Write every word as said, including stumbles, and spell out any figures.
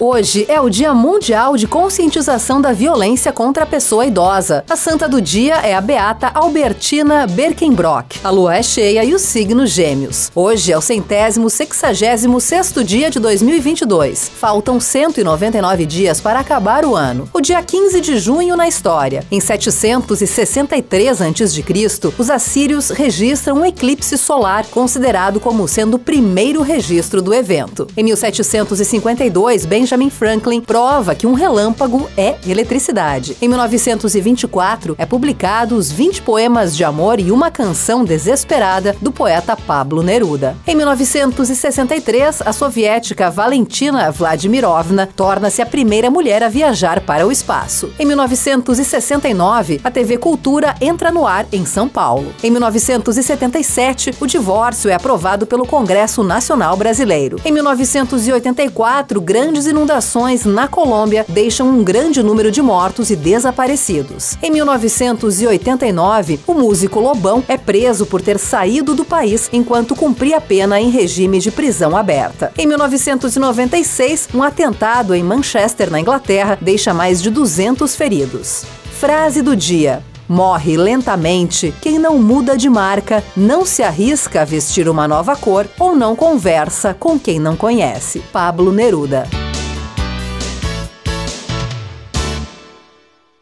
Hoje é o Dia Mundial de Conscientização da Violência contra a Pessoa Idosa. A santa do dia é a beata Albertina Berkenbrock. A lua é cheia e o signo Gêmeos. Hoje é o centésimo sexagésimo sexto dia de dois mil e vinte e dois. Faltam cento e noventa e nove dias para acabar o ano. O dia quinze de junho na história. Em setecentos e sessenta e três antes de Cristo, os assírios registram um eclipse solar, considerado como sendo o primeiro registro do evento. Em mil setecentos e cinquenta e dois, Benjamin Franklin prova que um relâmpago é eletricidade. Em mil novecentos e vinte e quatro, é publicado os vinte poemas de amor e uma canção desesperada do poeta Pablo Neruda. Em mil novecentos e sessenta e três, a soviética Valentina Vladimirovna torna-se a primeira mulher a viajar para o espaço. Em mil novecentos e sessenta e nove, a T V Cultura entra no ar em São Paulo. Em mil novecentos e setenta e sete, o divórcio é aprovado pelo Congresso Nacional Brasileiro. Em mil novecentos e oitenta e quatro, grandes inundações na Colômbia deixam um grande número de mortos e desaparecidos. Em mil novecentos e oitenta e nove, o músico Lobão é preso por ter saído do país enquanto cumpria a pena em regime de prisão aberta. Em mil novecentos e noventa e seis, um atentado em Manchester, na Inglaterra, deixa mais de duzentos feridos. Frase do dia: morre lentamente quem não muda de marca, não se arrisca a vestir uma nova cor ou não conversa com quem não conhece. Pablo Neruda.